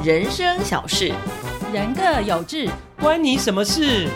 人生小事， 人各有志， 关你什么事？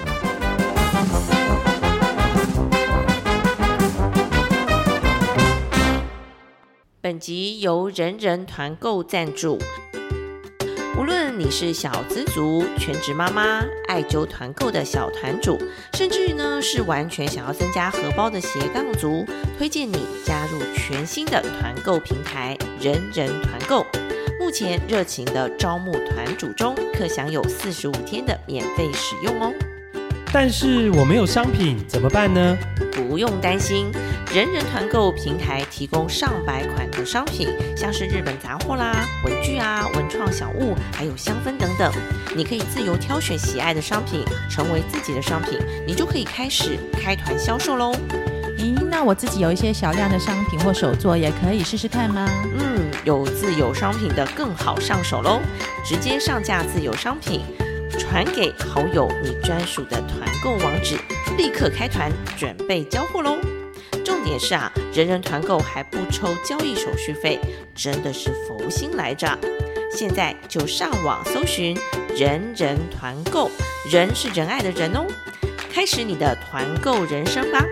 本集由人人团购赞助。无论你是小资族、全职妈妈、爱揪团购的小团主，甚至于呢是完全想要增加荷包的斜杠族，推荐你加入全新的团购平台人人团购。目前热情的招募团主中，可享有45天的免费使用哦。 但是我没有商品怎么办呢？ 不用担心，人人团购平台提供上百款的商品，像是日本杂货啦、文具啊、文创小物，还有香氛等等。你可以自由挑选喜爱的商品，成为自己的商品，你就可以开始开团销售咯。 那我自己有一些小量的商品或手作，也可以试试看吗？ 有自有商品的更好上手咯，直接上架自有商品，传给好友你专属的团购网址，立刻开团准备交货咯。重点是人人团购还不抽交易手续费，真的是佛心来着。现在就上网搜寻人人团购，人是仁爱的人哦，开始你的团购人生吧。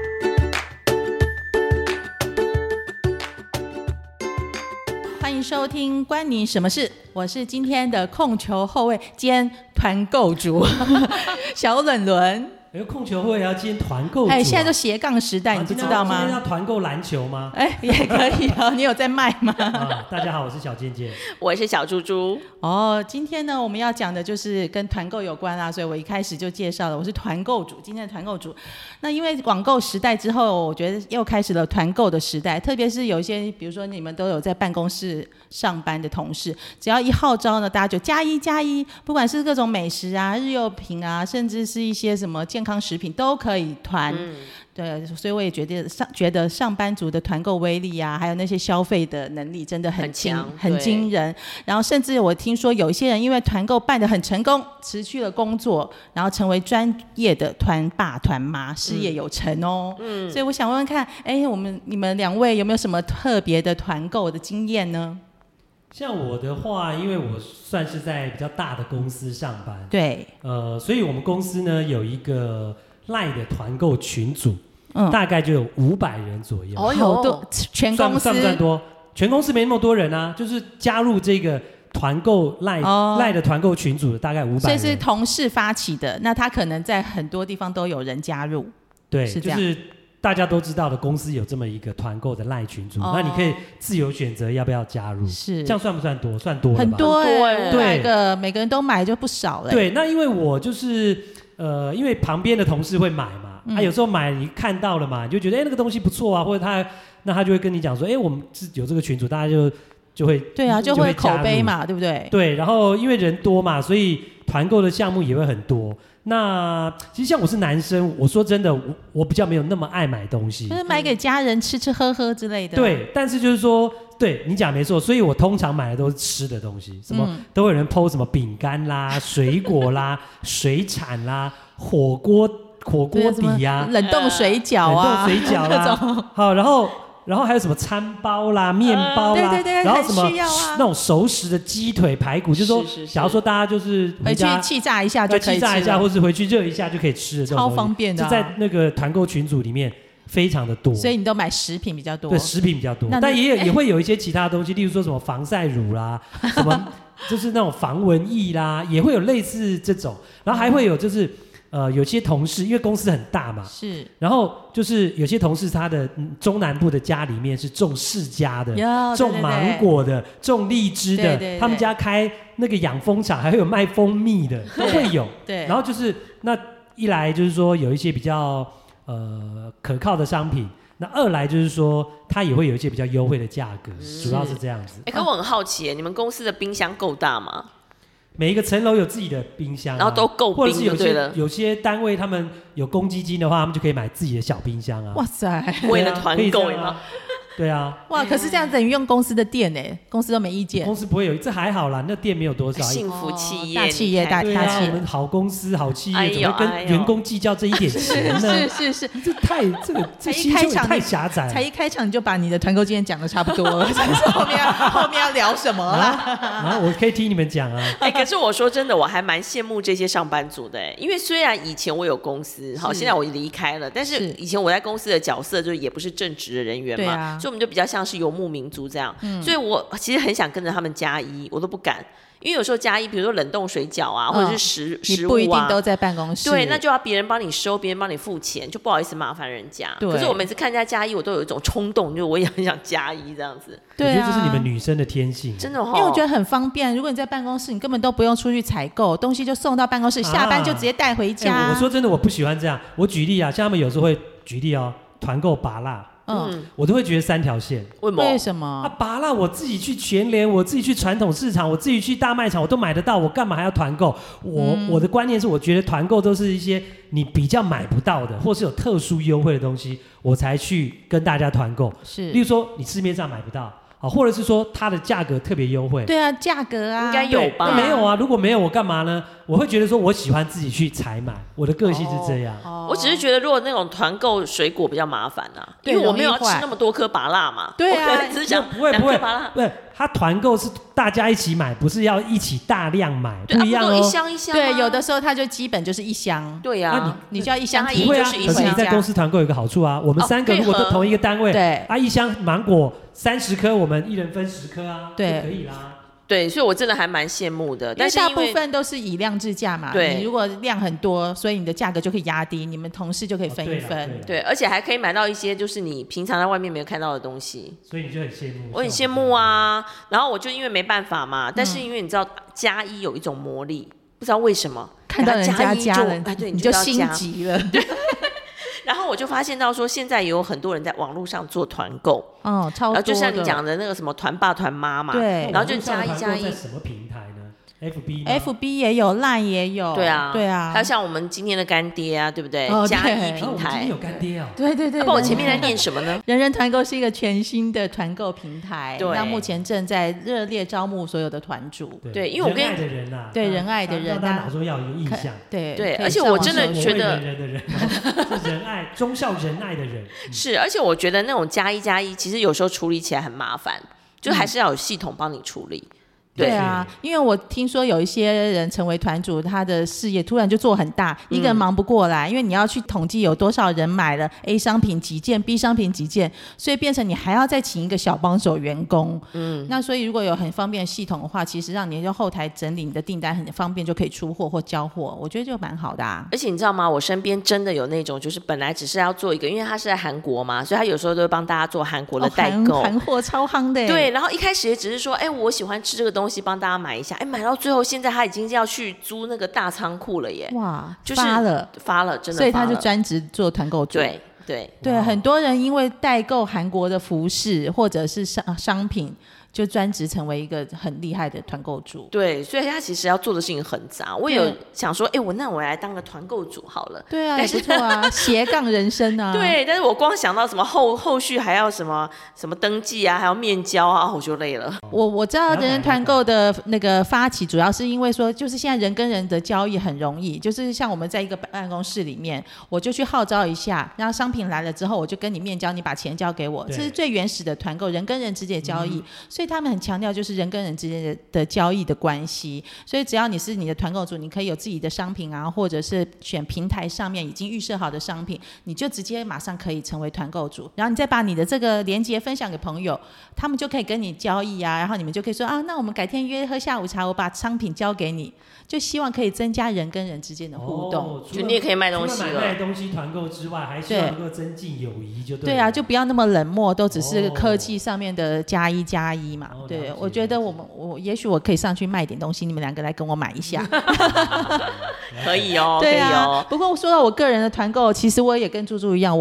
欢迎收听关你什么事，我是今天的控球后卫兼团购主小伦伦。 控球会要兼团购主现在都斜杠时代，你不知道吗？ 今天要团购篮球吗？ 也可以哦。你有在卖吗？ 大家好，我是小健健， 我是小猪猪。 今天呢，我们要讲的就是跟团购有关所以我一开始就介绍了，我是团购主，今天的团购主。那因为网购时代之后，我觉得又开始了团购的时代，特别是有一些，比如说你们都有在办公室上班的同事，只要一号召呢，大家就加一，不管是各种美食啊、日用品啊，甚至是一些什么健康食品都可以团。对，所以我也觉得上班族的团购威力还有那些消费的能力真的很惊人。然后甚至我听说有一些人因为团购办得很成功，辞去了工作，然后成为专业的团爸团妈，事业有成哦。所以我想问问看，你们两位有没有什么特别的团购的经验呢？ 像我的话，因为我算是在比较大的公司上班， 对， 所以我们公司呢有一个LINE的团购群组，大概就有500人左右。 好多，全公司算不算多？全公司没那么多人啊，就是加入这个团购LINE的团购群组的大概500人， 所以是同事发起的，那他可能在很多地方都有人加入， 对， 是这样。 就是大家都知道的公司有这么一个团购的LINE群组，那你可以自由选择要不要加入， 是这样算不算多？算多了吧？ 很多对， 每个人都买就不少了。 对，那因为我就是因为旁边的同事会买嘛，有时候买你看到了嘛，你就觉得那个东西不错或者他就会跟你讲说，我们有这个群组，大家就会对就会口碑嘛，对不对？ 对，然后因为人多嘛，所以团购的项目也会很多。那其实像我是男生，我说真的，我比较没有那么爱买东西， 就是买给家人吃吃喝喝之类的。 对，但是就是说，对你讲没错，所以我通常买的都是吃的东西，什么都会有人 po 什么饼干啦、水果啦、水产啦、火锅底冷冻水饺啦，好，然后还有什么餐包啦、面包啦， 对， 然后什么那种熟食的鸡腿、排骨，就是说，假如说大家就是回去气炸一下就可以吃了， 气炸一下，或是回去热一下就可以吃的这种东西， 超方便的， 就在那个团购群组里面非常的多。 所以你都买食品比较多？ 对，食品比较多，但也会有一些其他东西，例如说什么防晒乳啦，什么就是那种防蚊液啦，也会有类似这种，然后还会有就是。有些同事因为公司很大嘛， 是， 然后就是有些同事他的中南部的家里面是种释迦的，种芒果的，种荔枝的，他们家开那个养蜂场，还会有卖蜂蜜的，都会有。 对， 然后就是那一来就是说有一些比较可靠的商品，那二来就是说它也会有一些比较优惠的价格，主要是这样子。 可我很好奇，你们公司的冰箱够大吗？ 每一个层楼有自己的冰箱， 然后都够冰就对了。 或者是有些单位他们有公积金的话，他们就可以买自己的小冰箱啊。 哇塞， 为了团购吗？ 对啊， 哇，可是这样等于用公司的店呢，公司都没意见。 公司不会有，这还好啦，那店没有多少。 幸福企业， 大企业，大企业， 我们好公司、好企业，怎么跟员工计较这一点钱呢？ 是， 这心胸也太狭窄了。 才一开场你就把你的团购经验讲的差不多了，后面要聊什么啦？ 然后我可以听你们讲啊。 可是我说真的，我还蛮羡慕这些上班族的，因为虽然以前我有公司，好，现在我离开了，但是以前我在公司的角色就也不是正职的人员嘛，所以我们就比较像是游牧民族这样，所以我其实很想跟着他们加一，我都不敢。因为有时候加一，比如说冷冻水饺啊，或者是食物啊， 你不一定都在办公室， 对，那就要别人帮你收，别人帮你付钱，就不好意思麻烦人家。可是我每次看人家加一，我都有一种冲动，就我也很想加一这样子。 对啊， 我觉得这是你们女生的天性， 真的哦。 因为我觉得很方便，如果你在办公室，你根本都不用出去采购，东西就送到办公室，下班就直接带回家。 我说真的，我不喜欢这样。我举例啊，像他们有时候会举例哦，团购芭乐。我都会觉得3条线。 为什么？ 芭乐我自己去全联，我自己去传统市场，我自己去大卖场，我都买得到，我干嘛还要团购？我的观念是，我觉得团购都是一些你比较买不到的，或是有特殊优惠的东西，我才去跟大家团购。 是， 例如说你市面上买不到。或者是说它的价格特别优惠。 对啊，价格啊， 应该有吧？ 没有啊，如果没有我干嘛呢？我会觉得说我喜欢自己去采买，我的个性是这样。 我只是觉得如果那种团购水果比较麻烦啊，因为我没有要吃那么多颗芭乐嘛。 对啊， 我可能只是想不会，他团购是大家一起买，不是要一起大量买，不一样哦。 一箱一箱。 对，有的时候它就基本就是一箱。 对啊， 你就要一箱提就是一箱。 可是你在公司团购有个好处啊，我们3个如果都同一个单位， 对一箱芒果30颗，我们一人分10颗啊，就可以啦。 对，所以我真的还蛮羡慕的，但是大部分都是以量制价嘛。对，你如果量很多，所以你的价格就可以压低，你们同事就可以分一分。 对，而且还可以买到一些就是你平常在外面没有看到的东西。 所以你就很羡慕。 我很羡慕啊，然后我就因为没办法嘛，但是因为你知道加一有一种魔力，不知道为什么看到人家加了， 对， 你就心急了。 然后我就发现到说，现在也有很多人在网络上做团购， 超多的。 就像你讲的那个什么团爸团妈嘛， 对， 然后就加一。 在什么平台呢？ FB 也有 ，LINE 也有。 对啊，还有像我们今天的干爹啊，对不对？加一平台。 今天有干爹哦。 对。 不然我前面在念什么呢？ 人人团购是一个全新的团购平台， 对， 那目前正在热烈招募所有的团主。 对，因为我跟仁爱的人啊， 对仁爱的人， 大家脑中要有印象。 对， 而且我真的觉得人的人是仁爱，忠孝仁爱的人。 是，而且我觉得那种加一，其实有时候处理起来很麻烦，就还是要有系统帮你处理。 对啊，因为我听说有一些人成为团主，他的事业突然就做很大，一个人忙不过来，因为你要去统计有多少人买了 A 商品几件 ，B 商品几件，所以变成你还要再请一个小帮手员工。那所以如果有很方便的系统的话，其实让你就后台整理你的订单很方便，就可以出货或交货，我觉得就蛮好的啊。 而且你知道吗？我身边真的有那种，就是本来只是要做一个，因为他是在韩国嘛，所以他有时候都会帮大家做韩国的代购， 韩货超夯的。 对，然后一开始也只是说，我喜欢吃这个东西，帮大家买一下。买到最后，现在他已经要去租那个大仓库了耶！ 哇， 就是发了， 真的发了， 所以他就专职做团购主。对，很多人因为代购韩国的服饰或者是商品，就专职成为一个很厉害的团购主。 对，所以他其实要做的事情很杂。我有想说，我来当个团购主好了。 对啊，也不错啊，斜杠人生啊。 对，但是我光想到什么后续还要什么登记啊，还要面交啊，我就累了。 我知道人人团购的那个发起，主要是因为说，就是现在人跟人的交易很容易，就是像我们在一个办公室里面，我就去号召一下，然后商品来了之后，我就跟你面交，你把钱交给我，这是最原始的团购，人跟人之间的交易。所以他们很强调就是人跟人之间的交易的关系，所以只要你是你的团购主，你可以有自己的商品啊，或者是选平台上面已经预设好的商品，你就直接马上可以成为团购主，然后你再把你的这个连结分享给朋友，他们就可以跟你交易啊，然后你们就可以说啊，那我们改天约喝下午茶，我把商品交给你，就希望可以增加人跟人之间的互动。 就你也可以卖东西了， 除了卖东西团购之外，还希望能够增进友谊，就对了。 对啊，就不要那么冷漠，都只是科技上面的加一嘛。对，我觉得我也许我可以上去卖点东西，你们2个来跟我买一下。 可以哦， 对啊。不过说到我个人的团购，其实我也跟猪猪一样，我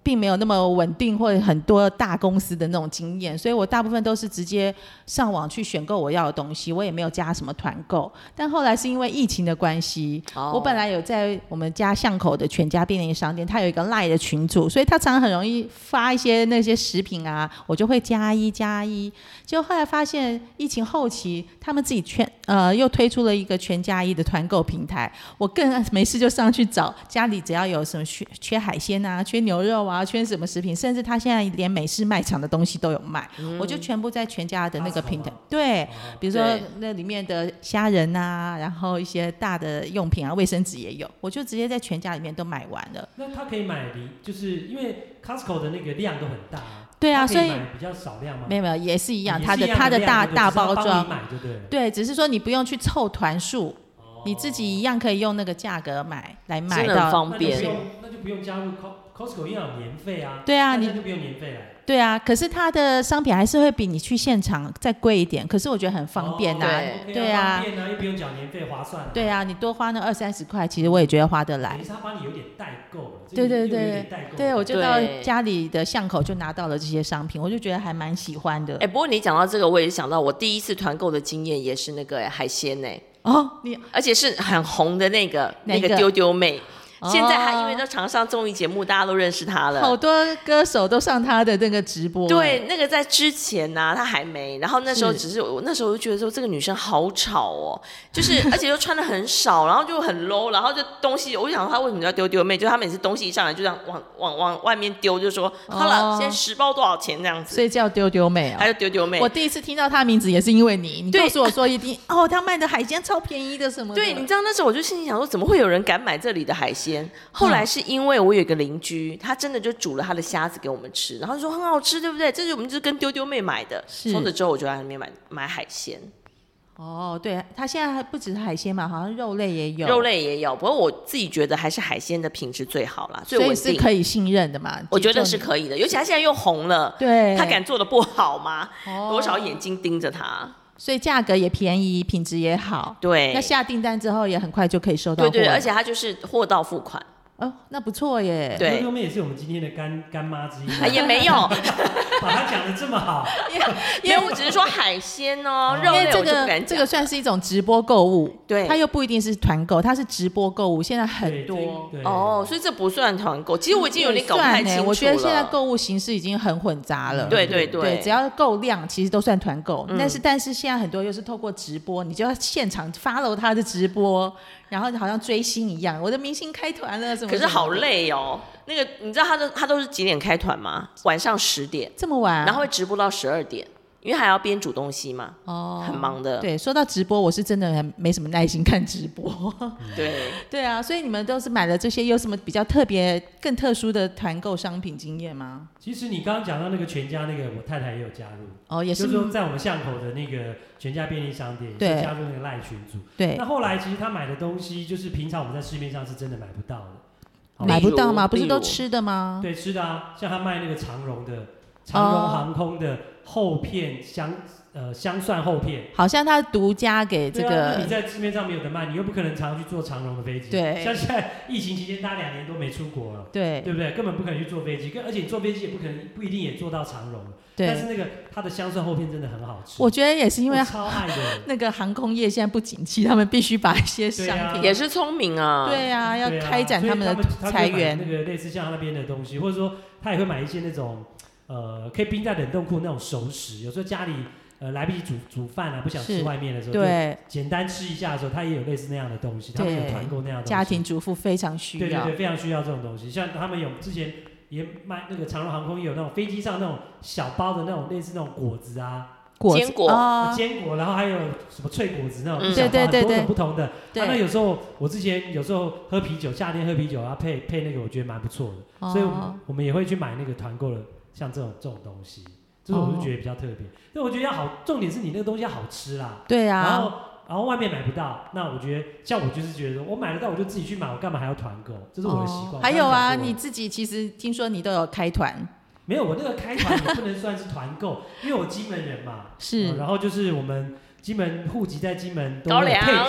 并没有那么稳定或者很多大公司的那种经验，所以我大部分都是直接上网去选购我要的东西，我也没有加什么团购。但后来是因为疫情的关系，我本来有在我们家巷口的全家便利商店，它有一个 LINE 的群组，所以它常常很容易发一些那些食品啊，我就会加一。结果后来发现疫情后期，他们自己又推出了一个全家1的团购平台，我更没事就上去找家里只要有什么缺海鲜啊、缺牛肉啊、缺什么食品，甚至他现在连美式卖场的东西都有卖，我就全部在全家的那个平台，对，比如说那里面的虾仁啊，然后一些大的用品啊，卫生纸也有，我就直接在全家里面都买完了。 那他可以买就是因为 Costco 的那个量都很大对啊，所以买比较少量吗？ 没有，也是一样，它的大包装， 对， 只是说你不用去凑团数，你自己一样可以用那个价格买到， 真的很方便。 那就不用加入 Costco 一样有年费啊。 对啊， 你就不用年费了。 对啊，可是它的商品还是会比你去现场再贵一点，可是我觉得很方便啊。 对啊，方便啊，又不用缴年费，划算。 对啊，你多花那20-30块，其实我也觉得花得来。 等于是他帮你有点代购了。 对，我就到家里的巷口就拿到了这些商品，我就觉得还蛮喜欢的。 不过你讲到这个，我也想到我第一次团购的经验也是那个海鲜而且是很红的那个丢丢妹。现在还因为在常上综艺节目，大家都认识他了， 好多歌手都上他的那个直播。 对，那个在之前呢，他还没。然后那时候我那时候就觉得说，这个女生好吵哦，就是而且又穿的很少，然后就很 low， 然后就东西，我就想说他为什么叫丢丢妹？就他每次东西一上来就这样往外面丢，就说好了，现在10包多少钱这样子， 所以叫丢丢妹啊， 还有丢丢妹。 我第一次听到她的名字也是因为你告诉我说一定她卖的海鲜超便宜的什么的。 对，你知道那时候我就心里想说，怎么会有人敢买这里的海鲜？后来是因为我有一个邻居，他真的就煮了他的虾子给我们吃，然后说很好吃，对不对？这是我们就是跟丢丢妹买的。从此之后我就在那边买海鲜。 对，他现在还不止海鲜嘛，好像肉类也有。不过我自己觉得还是海鲜的品质最好啦， 所以是可以信任的嘛。 我觉得是可以的，尤其他现在又红了， 对， 他敢做的不好吗？多少眼睛盯着他。 所以价格也便宜，品质也好。 对， 那下订单之后也很快就可以收到货。 对，而且他就是货到付款。 那不错耶。 对， 丢丢妹也是我们今天的干妈之一。 也没有把她讲的这么好。 因为我只是说海鲜肉类我就不敢讲。 这个算是一种直播购物， 对， 它又不一定是团购，它是直播购物，现在很多。 所以这不算团购。其实我已经有点搞不太清楚了。 我觉得现在购物形式已经很混杂了。 对， 只要够量，其实都算团购。但是现在很多又是透过直播，你就要现场 follow 他的直播。然后好像追星一样，我的明星开团了什么？ 可是好累哦。那个你知道他都是几点开团吗？晚上10点， 这么晚， 然后会直播到12点，因为还要边煮东西嘛。很忙的。 对，说到直播，我是真的没什么耐心看直播。对啊，所以你们都是买了这些，有什么比较特别、更特殊的团购商品经验吗？ 其实你刚刚讲到那个全家那个，我太太也有加入。 也是， 就是说在我们巷口的那个全家便利商店，也是加入那个赖群组。 对。 那后来其实他买的东西，就是平常我们在市面上是真的买不到的。 买不到吗？不是都吃的吗？ 对，吃的啊，像他卖那个长荣航空的厚片香蒜厚片， 好像他独家给这个。 你在市面上没有得卖，你又不可能常去坐长荣的飞机。 对， 像现在疫情期间，大家2年都没出国了，对不对？根本不可能去坐飞机，而且你坐飞机也不一定也坐到长荣了。对。但是那个它的香蒜厚片真的很好吃。 我觉得也是因为超爱的。 那个航空业现在不景气，他们必须把一些商品也是聪明啊。 对啊，要开展他们的裁员。 那个类似像那边的东西，或者说他也会买一些那种可以冰在冷冻库那种熟食，有时候家里。来不及煮饭啊，不想吃外面的时候，对，简单吃一下的时候，他也有类似那样的东西，他们有团购那样的东西。 家庭主妇非常需要， 对，非常需要这种东西。像他们有之前也卖那个长荣航空，也有那种飞机上那种小包的那种类似那种果子啊， 坚果， 然后还有什么脆果子那种，小包很多种不同的。那有时候我之前有时候喝啤酒，夏天喝啤酒啊，配那个我觉得蛮不错的，所以我们也会去买那个团购的，像这种东西。这是我就觉得比较特别，但我觉得要好，重点是你那个东西要好吃啦。 对啊。 然后外面买不到，那我觉得像我就是觉得我买得到我就自己去买，我干嘛还要团购？这是我的习惯。 还有啊，你自己其实听说你都有开团。 没有，我那个开团也不能算是团购，因为我金门人嘛。 是。 然后就是我们金门户籍在金门， 高粱。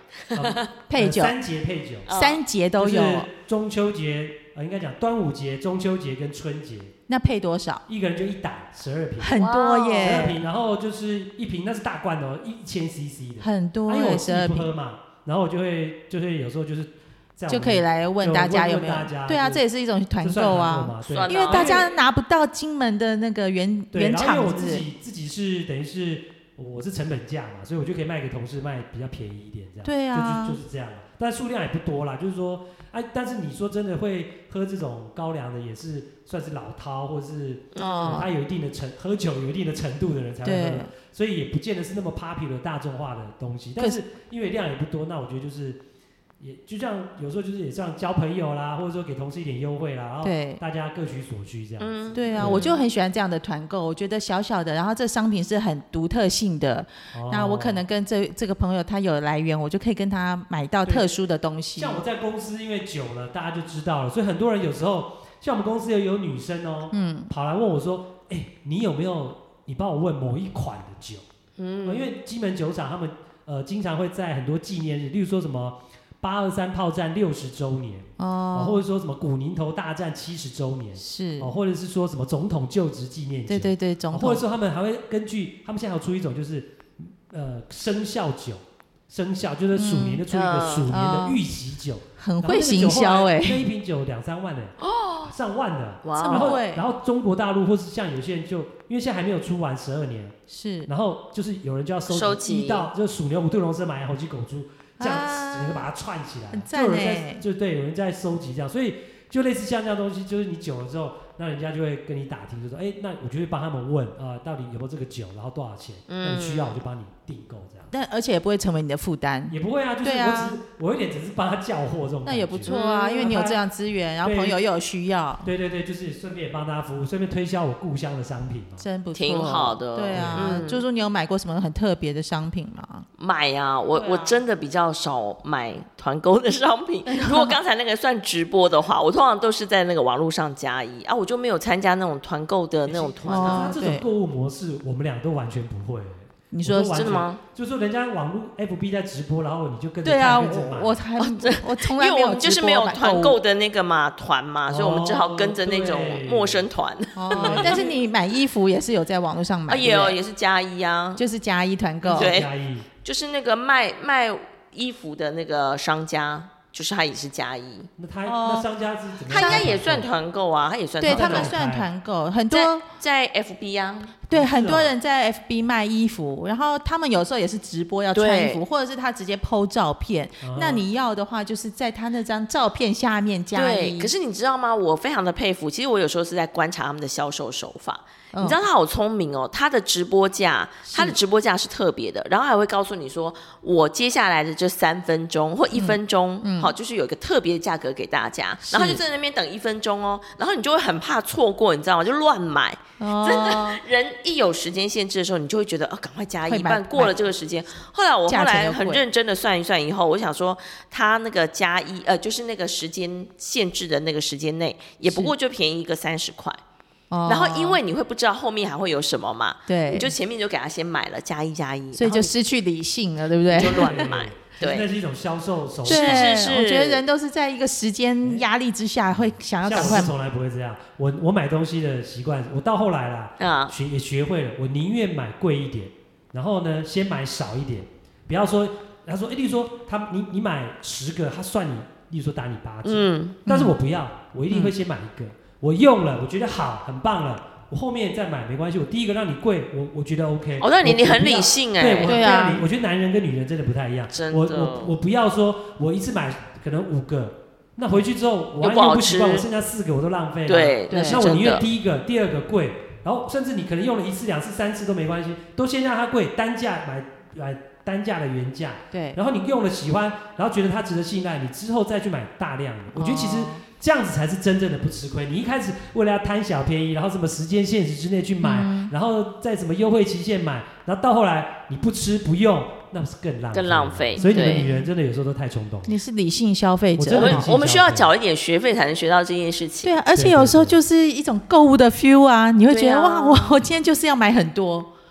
配酒 3节配酒 ，3节都有。 就是中秋节应该讲端午节、中秋节跟春节。 那配多少？ 一个人就1打12瓶， 很多耶。 12瓶，然后就是一瓶，那是大罐的1000cc 的， 很多耶。 因为我自己不喝嘛，然后我就会有时候就可以来问大家有没有。对啊，这也是一种团购啊，因为大家拿不到金门的那个原厂。 因为我自己是等于是我是成本价嘛，所以我就可以卖给同事卖比较便宜一点这样。 对啊， 就是这样，但数量也不多啦，就是说。但是你说真的会喝这种高粱的，也是算是老饕，或是他有一定的喝酒有一定的程度的人才会喝，所以也不见得是那么 popular 大众化的东西。但是因为量也不多，那我觉得就是也就像有时候就是也像交朋友啦，或者说给同事一点优惠啦，然后大家各取所需这样子。 对啊，我就很喜欢这样的团购，我觉得小小的，然后这商品是很独特性的，那我可能跟这个朋友他有来源，我就可以跟他买到特殊的东西。 像我在公司因为久了，大家就知道了，所以很多人有时候像我们公司有女生跑来问我说，你有没有你帮我问某一款的酒？因为金门酒厂他们经常会在很多纪念日，例如说什么823炮战60周年或者说什么古宁头大战70周年， 是或者是说什么总统就职纪念酒， 对，总统， 或者说他们还会根据他们现在有出一种就是生肖酒，生肖就是鼠年就出一个鼠年的预习酒， 很会行销那一瓶酒2-3万上万的，然后中国大陆或是像有些人就因为现在还没有出完12年， 是， 然后就是有人就要收集1到就是鼠牛虎兔龙蛇马羊猴鸡狗猪。这样整个把它串起来， 很赞有人在收集这样，所以就类似像这样东西，就是你久了之后，那人家就会跟你打听，就说，那我就会帮他们问到底有没有这个酒，然后多少钱，那你需要我就帮你订购这样。 但而且也不会成为你的负担， 也不会啊，就是我有点只是帮他叫货这种感觉。 那也不错啊，因为你有这样资源，然后朋友又有需要。 对，就是顺便帮大家服务，顺便推销我故乡的商品嘛， 真不错， 挺好的。 对啊，就是说你有买过什么很特别的商品吗？ 买啊，我真的比较少买团购的商品。如果刚才那个算直播的话，我通常都是在那个网络上加一我就没有参加那种团购的那种团啊。 这种购物模式，我们俩都完全不会。 你说真的吗？ 就是说人家网络 FB 在直播，然后你就跟着对啊， 跟着买。 我从来没有， 因为我们就是没有团购的那个团嘛，所以我们只好跟着那种陌生团。 但是你买衣服也是有在网络上买， 也是加一啊， 就是加一团购， 对，就是那个卖衣服的那个商家。就是他也是加一， 那商家是怎么样？ 他应该也算团购啊，他也算团购。 对，他们算团购，很多在 FB 啊。 对，很多人在 FB 卖衣服，然后他们有时候也是直播要穿衣服，或者是他直接 po 照片。那你要的话，就是在他那张照片下面加一。 对，可是你知道吗？我非常的佩服，其实我有时候是在观察他们的销售手法。你知道他好聪明哦，他的直播价是特别的，然后还会告诉你说，我接下来的这3分钟或1分钟，好，就是有一个特别的价格给大家，然后就在那边等1分钟哦，然后你就会很怕错过，你知道吗？就乱买，真的，人一有时间限制的时候，你就会觉得赶快加一半，过了这个时间。后来很认真的算一算以后，我想说，他那个加一就是那个时间限制的那个时间内，也不过就便宜一个30块。然后因为你会不知道后面还会有什么嘛， 对， 你就前面就给他先买了加一， 所以就失去理性了，对不对？ 就乱买，对， 那是一种销售手法。 是，我觉得人都是在一个时间压力之下，会想要赶快。 像我从来不会这样，我买东西的习惯，我到后来啦，也学会了，我宁愿买贵一点，然后呢，先买少一点，不要说他说，例如说你买10个，他算你，例如说打你8折，但是我不要，我一定会先买1个。我用了，我觉得好，很棒了，我后面再买没关系。我第一个让你贵，我觉得 OK。 那你很理性对啊， 我觉得男人跟女人真的不太一样。 真的， 我不要说我一次买可能5个，那回去之后我用不习惯，我剩下4个我都浪费了。 对， 那我宁愿第一个、第2个贵，然后甚至你可能用了1次、2次、3次都没关系，都先让它贵，单价买单价的原价。 对， 然后你用了喜欢，然后觉得它值得信赖，你之后再去买大量的。我觉得其实。这样子才是真正的不吃亏。你一开始为了要贪小便宜，然后什么时间限制之内去买，然后在什么优惠期限买，然后到后来你不吃不用，那是更浪费。所以你们女人真的有时候都太冲动。 你是理性消费者， 我们需要缴一点学费才能学到这件事情。 对啊，而且有时候就是一种购物的 feel 啊，你会觉得哇，我今天就是要买很多。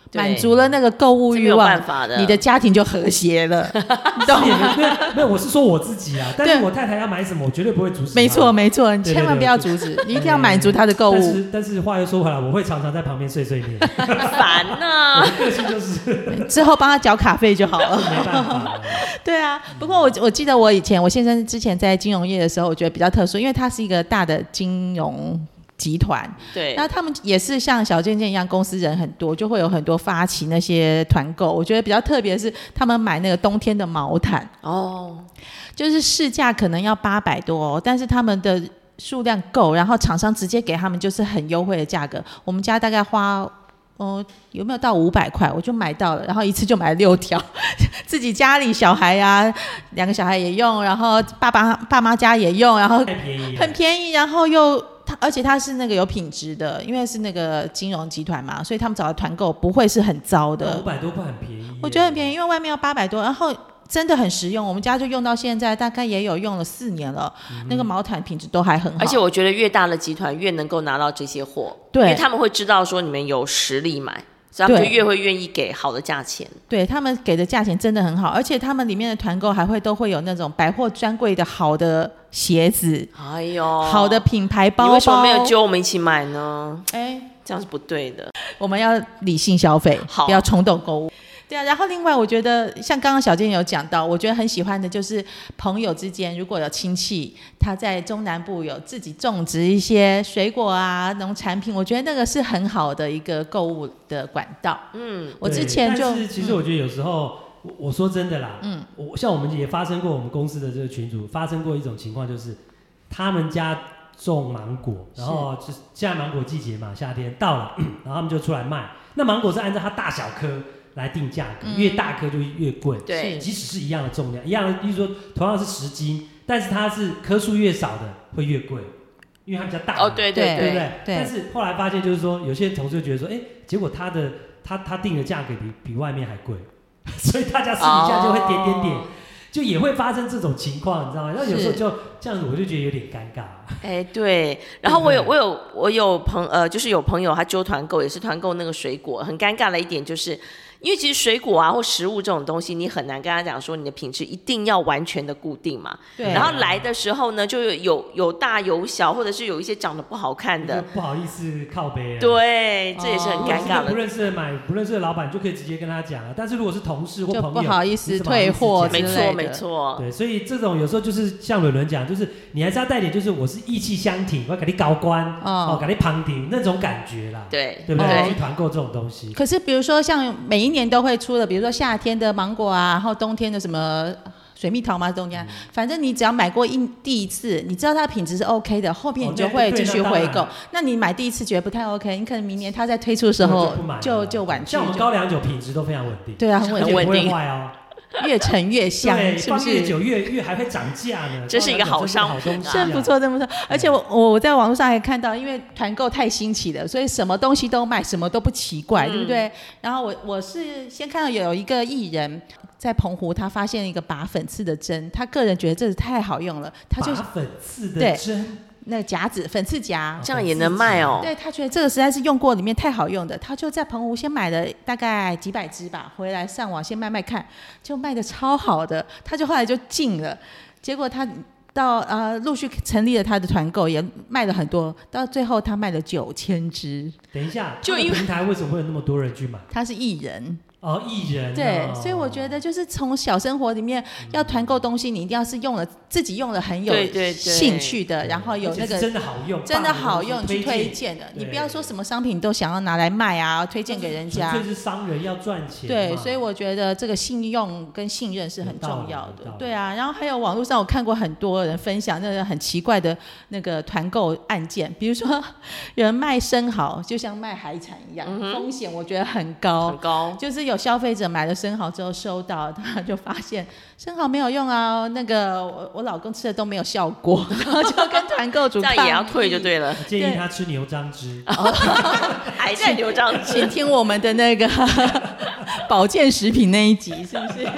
满足了那个购物欲望， 没有办法的， 你的家庭就和谐了。你懂吗？ 没有，我是说我自己啊，但是我太太要买什么，我绝对不会阻止她。 没错没错，你千万不要阻止，你一定要满足她的购物。 但是话又说回来，我会常常在旁边碎碎念， 烦呐。 我的个性就是之后帮他缴卡费就好了。 没办法。 对啊，不过我记得我先生之前在金融业的时候，我觉得比较特殊，因为他是一个大的金融集团， 对， 那他们也是像小健健一样，公司人很多，就会有很多发起那些团购。我觉得比较特别的是，他们买那个冬天的毛毯，就是市价可能要800多，但是他们的数量够，然后厂商直接给他们就是很优惠的价格。我们家大概花有没有到500块，我就买到了，然后一次就买了6条，自己家里小孩啊，2个小孩也用，然后爸妈家也用，然后很便宜，然后而且它是那个有品质的，因为是那个金融集团嘛，所以他们找的团购不会是很糟的。 500多块很便宜， 我觉得很便宜，因为外面要800多，然后真的很实用。我们家就用到现在，大概也有用了4年了，那个毛毯品质都还很好。 而且我觉得越大的集团越能够拿到这些货， 对， 因为他们会知道说你们有实力买。所以他们就越会愿意给好的价钱。 对，他们给的价钱真的很好，而且他们里面的团购都会有那种百货专柜的好的鞋子， 哎呦， 好的品牌包包。 你为什么没有揪我们一起买呢？ 哎， 这样是不对的。 我们要理性消费，不要冲动购物。对啊，然后另外我觉得像刚刚小健有讲到，我觉得很喜欢的就是朋友之间如果有亲戚他在中南部有自己种植一些水果啊农产品，我觉得那个是很好的一个购物的管道。我之前就但是其实我觉得有时候我说真的啦，像我们也发生过，我们公司的这个群组发生过一种情况，就是他们家种芒果，然后就是现在芒果季节嘛，夏天到了，然后他们就出来卖。那芒果是按照它大小颗来定价格，越大颗就越贵。 对， 即使是一样的重量，一样的，比如说同样是10斤，但是它是颗数越少的会越贵，因为它比较大。 对不对？但是后来发现就是说，有些同事就觉得说，结果他定的价格比外面还贵，所以大家私底下就会点。就也会发生这种情况，你知道吗？然后有时候就这样子，我就觉得有点尴尬。 对。然后我有就是有朋友他揪团购，也是团购那个水果，很尴尬的一点就是。因为其实水果啊或食物这种东西，你很难跟他讲说你的品质一定要完全的固定嘛。 对。 然后来的时候呢，就有大有小，或者是有一些长得不好看的， 不好意思靠背啊。 对，这也是很尴尬的。 不认识的老板就可以直接跟他讲啊。但是如果是同事或朋友， 就不好意思退货之类的。 没错。 对，所以这种有时候就是像伦伦讲，就是你还是要带点，就是我是义气相挺，我要给你高官给你旁听那种感觉啦。 对不对？去团购这种东西。 可是比如说像每一年都会出的，比如说夏天的芒果啊，然后冬天的什么水蜜桃嘛，冬天，反正你只要买过第一次，你知道它的品质是 OK 的，后面你就会继续回购。那你买第一次觉得不太 OK， 你可能明年它在推出的时候就婉拒。 像我们高粱酒品质都非常稳定。 对啊，很稳定， 不会坏哦。 越陈越香，是不是？ 越久越还会涨价呢。 这是一个好商品， 真不错，真不错。而且我在网络上还看到，因为团购太新奇了，所以什么东西都卖，什么都不奇怪，对不对？然后我是先看到有一个艺人在澎湖，他发现一个拔粉刺的针，他个人觉得这是太好用了，他就拔粉刺的针。 那个夹子粉刺夹， 这样也能卖哦。 对，他觉得这个实在是用过里面太好用的，他就在澎湖先买了大概几百支吧，回来上网先卖看，就卖的超好的，他就后来就进了，结果他到陆续成立了他的团购，也卖了很多，到最后他卖了9000支。 等一下，就平台为什么会有那么多人去买？ 他是艺人。 艺人。 对，所以我觉得就是从小生活里面要团购东西，你一定要是自己用了很有兴趣的，然后有那个真的好用， 你去推荐的。你不要说什么商品都想要拿来卖啊，推荐给人家。 纯粹是商人要赚钱。 对，所以我觉得这个信用跟信任是很重要的。对啊，然后还有网络上我看过很多人分享那个很奇怪的那个团购案件，比如说有人卖生蚝，就像卖海产一样，风险我觉得很高，就是有消费者买了生蚝之后收到，他就发现生蚝没有用啊，那个我老公吃的都没有效果，然后就跟团购主这样也要退就对了。 建议他吃牛樟芝， 还在牛樟芝， 请听我们的那个保健食品那一集，是不是？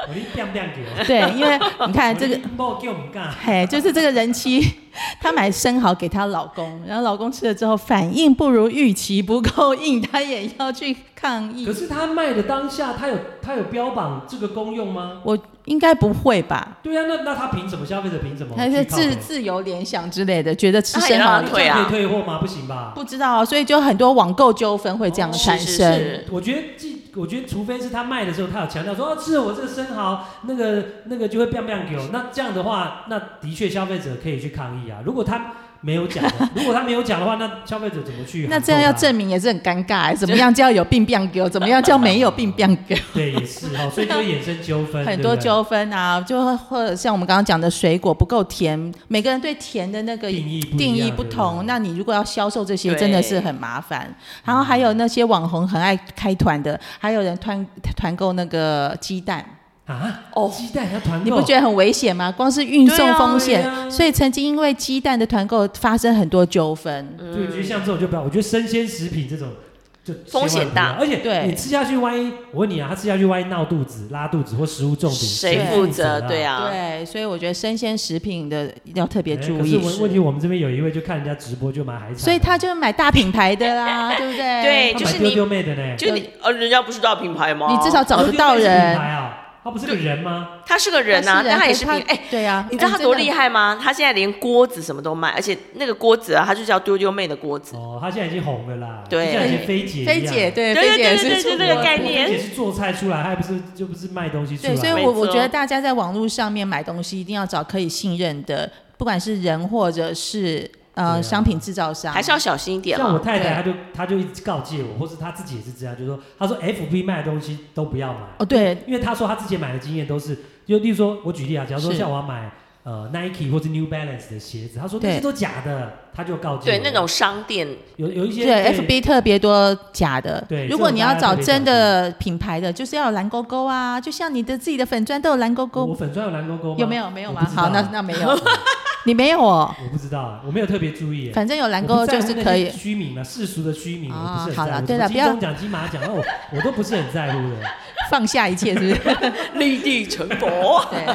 我你变变给对，因为你看这个，嘿，就是这个人妻，她买生蚝给她老公，然后老公吃了之后反应不如预期，不够硬，她也要去抗议。 可是他卖的当下，他有标榜这个功用吗？ 我应该不会吧？ 对啊，那他凭什么？消费者凭什么？ 还是自由联想之类的，觉得吃生蚝可以退货吗？不行吧？ 不知道啊，所以就很多网购纠纷会这样产生。 是我觉得除非是他卖的时候，他有强调说，吃了我这个生蚝，那个就会 biang biang 给我。那这样的话，那的确消费者可以去抗议啊。如果他没有讲的话，那消费者怎么去？ 那这样要证明也是很尴尬，怎么样叫有病病给，怎么样叫没有病病给？ 对，也是哈，所以就会衍生纠纷， 很多纠纷啊，就或者像我们刚刚讲的水果不够甜，每个人对甜的那个定义不同，那你如果要销售这些，真的是很麻烦。然后还有那些网红很爱开团的，还有人团购那个鸡蛋。 鸡蛋要团购， 你不觉得很危险吗？光是运送风险，所以曾经因为鸡蛋的团购发生很多纠纷。 对，我觉得像这种就不要，我觉得生鲜食品这种就风险大， 而且你吃下去，万一我问你啊，他吃下去万一闹肚子、拉肚子或食物中毒， 谁负责？对啊， 对，所以我觉得生鲜食品的要特别注意。 可是问题我们这边有一位就看人家直播就买海产， 所以他就买大品牌的啦，对不对？ 对，就是丢丢妹的呢， 就你人家不是大品牌吗？ 你至少找得到人。 他不是个人吗？ 他是个人啊，但他也是对啊， 你知道他多厉害吗？他现在连锅子什么都卖，而且那个锅子啊，他就叫丢丢妹的锅子。 他现在已经红了啦， 对， 像以前菲姐一样， 菲姐对， 就这个概念。 菲姐是做菜出来，还不是卖东西出来。 对，所以我觉得大家在网络上面买东西，一定要找可以信任的，不管是人或者是商品制造商， 还是要小心一点。 像我太太，她就一直告诫我，或是她自己也是这样，就是说，她说 FB 卖的东西都不要买。 对， 因为她说她之前买的经验都是，就例如说，我举例啊，假如说像我要买Nike 或者 New Balance 的鞋子，她说那些都假的，她就告诫我。 对，那种商店有一些对 FB 特别多假的。 对， 如果你要找真的品牌的，就是要有蓝勾勾啊，就像你的自己的粉专都有蓝勾勾。 我粉专有蓝勾勾吗？ 有没有？没有吗？好，那没有。你没有哦？ 我不知道，我没有特别注意。 反正有蓝勾就是可以。 虚名嘛，世俗的虚名，我不是很在乎。 好了，对了，不要金钟奖、金马奖，我都不是很在乎的。 放下一切，是不是？ 立地成佛。 对。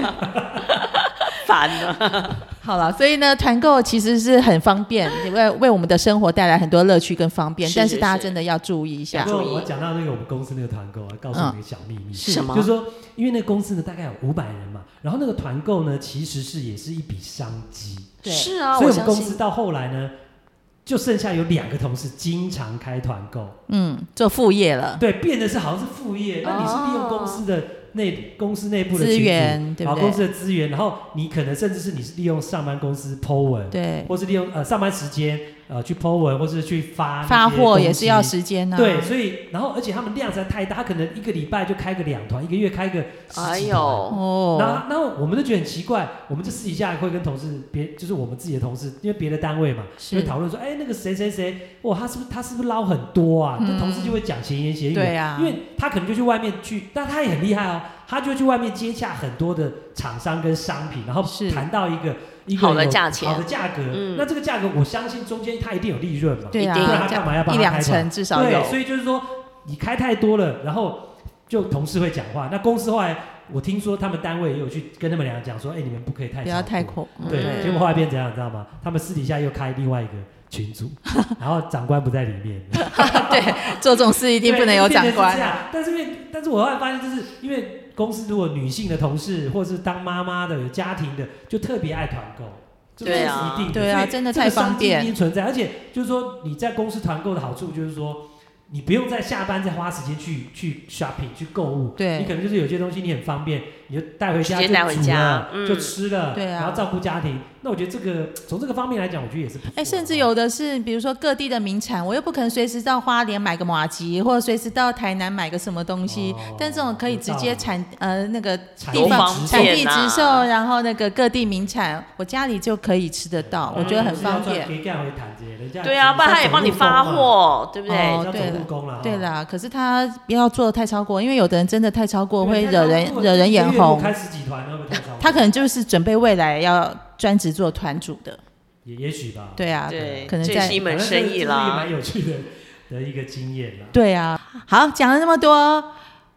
烦了。 好了，所以呢，团购其实是很方便，为我们的生活带来很多乐趣跟方便，但是大家真的要注意一下。 我讲到那个我们公司那个团购啊，告诉你一个小秘密， 是什么？ 就是说，因为那个公司呢大概有500人嘛，然后那个团购呢其实也是一笔商机。 对， 是啊， 所以我们公司到后来呢，就剩下有2个同事经常开团购， 做副业了。 对，变得是好像是副业，那你是利用公司的公司内部的资源，对不对？ 公司的资源，然后你可能甚至是你是利用上班公司 po 文， 对， 或是利用上班时间去 po 文，或是去发货也是要时间啊。 对，所以然后而且他们量实在太大，他可能1个礼拜就开个2团，1个月开个10几团。然后我们都觉得很奇怪，我们就私底下会跟同事就是我们自己的同事，因为别的单位嘛，就会讨论说，那个谁谁谁，哇，他是不是捞很多啊？那同事就会讲闲言闲语， 对啊， 因为他可能就去外面去，但他也很厉害哦。他就会去外面接洽很多的厂商跟商品，然后谈到一个好的价钱、 好的价格。那这个价格，我相信中间他一定有利润嘛， 对啊， 不然他干嘛要帮他开团？ 1-2成至少有。 对，所以就是说你开太多了，然后就同事会讲话。那公司后来我听说他们单位也有去跟他们2个讲说，你们不可以不要太过。 对，结果后来变怎样，你知道吗？他们私底下又开另外一个群组，然后长官不在里面。 对，做这种事一定不能有长官。 但是我后来发现，就是因为公司如果女性的同事，或是当妈妈的、有家庭的，就特别爱团购。 对啊， 一定的， 对啊，真的太方便。 一定存在，而且就是说你在公司团购的好处就是说，你不用在下班再花时间去 shopping 去购物。 对， 你可能就是有些东西你很方便，你就带回家就煮了，就吃了，对啊，然后照顾家庭。那我觉得这个从这个方面来讲，我觉得也是不错。 甚至有的是，比如说各地的名产，我又不可能随时到花莲买个麻糬，或者随时到台南买个什么东西。但这种可以直接那个地方产地直售，然后那个各地名产，我家里就可以吃得到，我觉得很方便。 对啊，不然他也帮你发货，对不对？ 对啦，可是他不要做的太超过，因为有的人真的太超过会惹人眼红。 开10几团会不会太超过？ 他可能就是准备未来要专职做团主的， 也许吧。 对啊， 对， 可能这是一门生意啦， 蛮有趣的一个经验啦。 对啊，好，讲了那么多，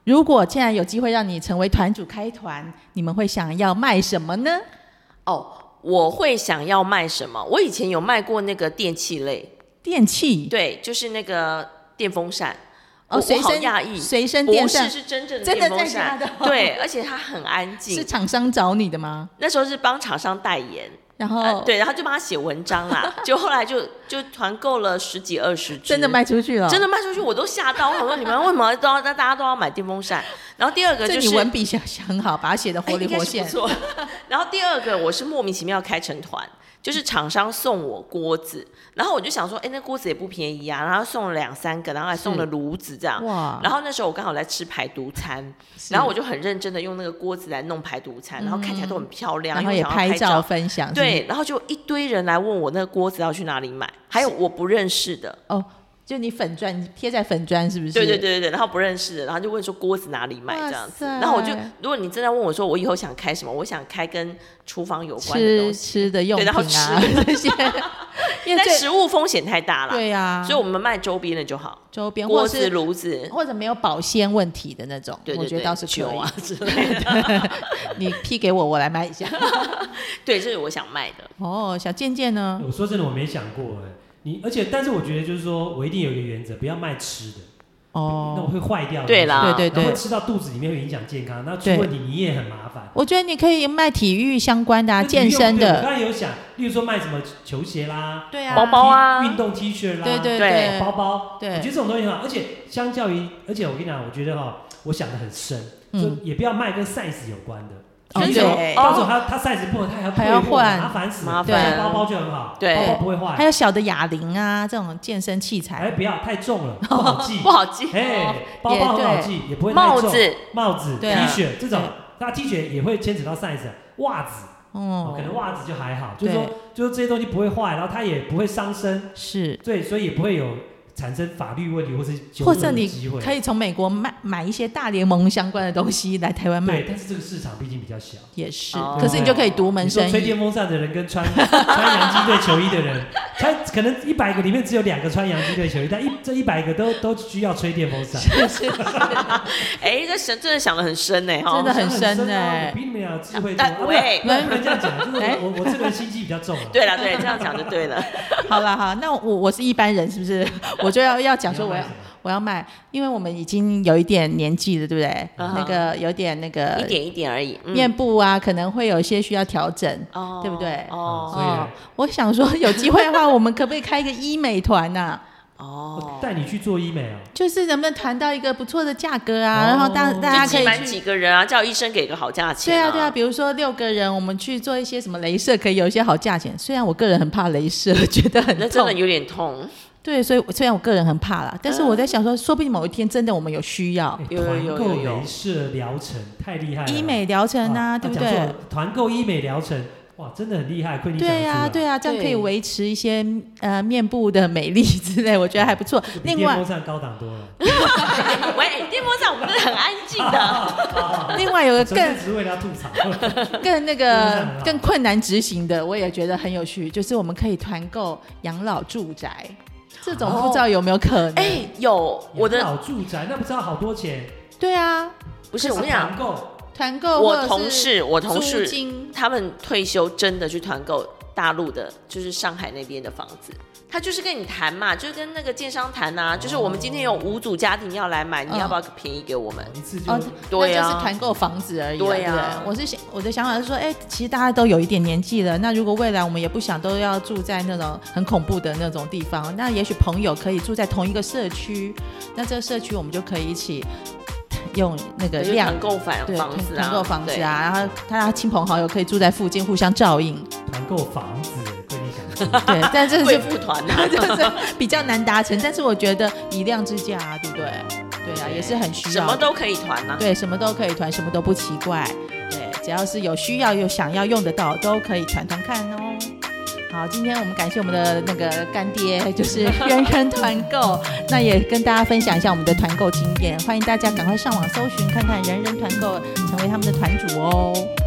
如果现在有机会让你成为团主开团，你们会想要卖什么呢？ 我会想要卖什么？我以前有卖过那个电器类， 电器， 对，就是那个电风扇。我好讶异， 随身电扇不是真正的电风扇，对，而且它很安静。 是厂商找你的吗？ 那时候是帮厂商代言， 然后、 对，然后就帮他写文章啦，就后来就团购了10几20只， 真的卖出去了， 真的卖出去，我都吓到。我说你们为什么大家都要买电风扇？然后第二个就是你文笔很好，把它写得活里活现， 不错。然后第二个我是莫名其妙开成团。就是厂商送我锅子，然后我就想说，那锅子也不便宜啊，然后送了2-3个，然后还送了炉子这样。哇！然后那时候我刚好在吃排毒餐，然后我就很认真的用那个锅子来弄排毒餐，然后看起来都很漂亮， 然后也拍照分享。 对，然后就一堆人来问我那个锅子要去哪里买，还有我不认识的哦。 就你粉砖贴在粉砖是不是？ 对，然后不认识的，然后就问说锅子哪里买这样子，然后我就，如果你真的问我说我以后想开什么，我想开跟厨房有关的东西， 吃的用品啊这些， 但食物风险太大了， 对啊， 所以我们卖周边的就好， 周边锅子、炉子， 或者没有保鲜问题的那种，我觉得倒是可以啊之类的。 你批给我，我来卖一下。 对，这是我想卖的。 小健健呢？ 我说真的，我没想过但是我觉得就是说我一定有一个原则，不要卖吃的，那种会坏掉的， 对啦， 对， 然后会吃到肚子里面会影响健康，那出问题你也很麻烦。 我觉得你可以卖体育相关的健身的。 我刚才有想，例如说卖什么球鞋啦， 对啊， 包包啊， 运动 T 恤啦， 对， 包包， 对， 我觉得这种东西很好，而且我跟你讲，我觉得我想得很深，就也不要卖跟 size 有关的。 对， 到时候他 size 不合，他还要换，麻烦死了。对，包包就很好， 对， 包包不会坏。 还有小的哑铃啊，这种健身器材。 不要太重了，不好记。 不好记。 包包很好记，也不会太重。帽子、T 恤这种，那 T 恤也会牵扯到 size。袜子，可能袜子就还好，就是这些东西不会坏，然后它也不会伤身。 是。 对，所以也不会有产生法律问题或是纠纷的机会。 或者你可以从美国买一些大联盟相关的东西来台湾卖。 对，但是这个市场毕竟比较小。 也是，可是你就可以独门生意。 吹电风扇的人跟穿洋基队球衣的人，可能100个里面只有2个穿洋基队球衣，但这100个都需要吹电风扇。 是。这真的想得很深呢， 真的很深呢。 比你们俩智慧多。 喂， 不能这样讲，就是我这个人心机比较重。 对了，对，这样讲就对了。 好，那我是一般人，是不是？我就要讲说我要卖，因为我们已经有一点年纪了，对不对？那个有点那个一点而已， 面部啊可能会有一些需要调整，对不对？我想说有机会的话，我们可不可以开一个医美团啊？ 带你去做医美啊？ 就是能不能谈到一个不错的价格啊？然后大家可以去几个人啊，叫医生给个好价钱。 对啊，比如说6个人，我们去做一些什么雷射，可以有一些好价钱。虽然我个人很怕雷射，觉得很痛， 那真的有点痛。 对，所以虽然我个人很怕啦，但是我在想说，说不定某一天真的我们有需要。 团购雷射疗程太厉害了， 医美疗程啊，对不对？ 团购医美疗程。哇，真的很厉害，亏你想出来。 对啊，这样可以维持一些面部的美丽之类，我觉得还不错。 比电风扇高档多了。 喂，电风扇我们是很安静的。 另外有个只是为了吐槽， 更困难执行的，我也觉得很有趣，就是我们可以团购养老住宅，这种不知道有没有可能？ 有我的养老住宅，那不知道好多钱？ 对啊， 不是我跟你讲团购， 我同事他们退休真的去团购大陆的，就是上海那边的房子，他就是跟你谈嘛，就是跟那个建商谈啊，就是我们今天有5组家庭要来买，你要不要便宜给我们？ 一次就对啊，那就是团购房子而已。对啊，我的想法是说，其实大家都有一点年纪了，那如果未来我们也不想都要住在那种很恐怖的那种地方，那也许朋友可以住在同一个社区，那这个社区我们就可以一起。用那个团购房子啊， 团购房子啊，然后他亲朋好友可以住在附近，互相照应。 团购房子，对你想对，但这贵妇团啊， 就是比较难达成。但是我觉得以量之价啊，对不对？对啊，也是很需要。 什么都可以团啊。 对，什么都可以团，什么都不奇怪。对，只要是有需要又想要用得到，都可以团看哦。好，今天我们感谢我们的那个干爹，就是人人团购，那也跟大家分享一下我们的团购经验，欢迎大家赶快上网搜寻看看人人团购，成为他们的团主哦。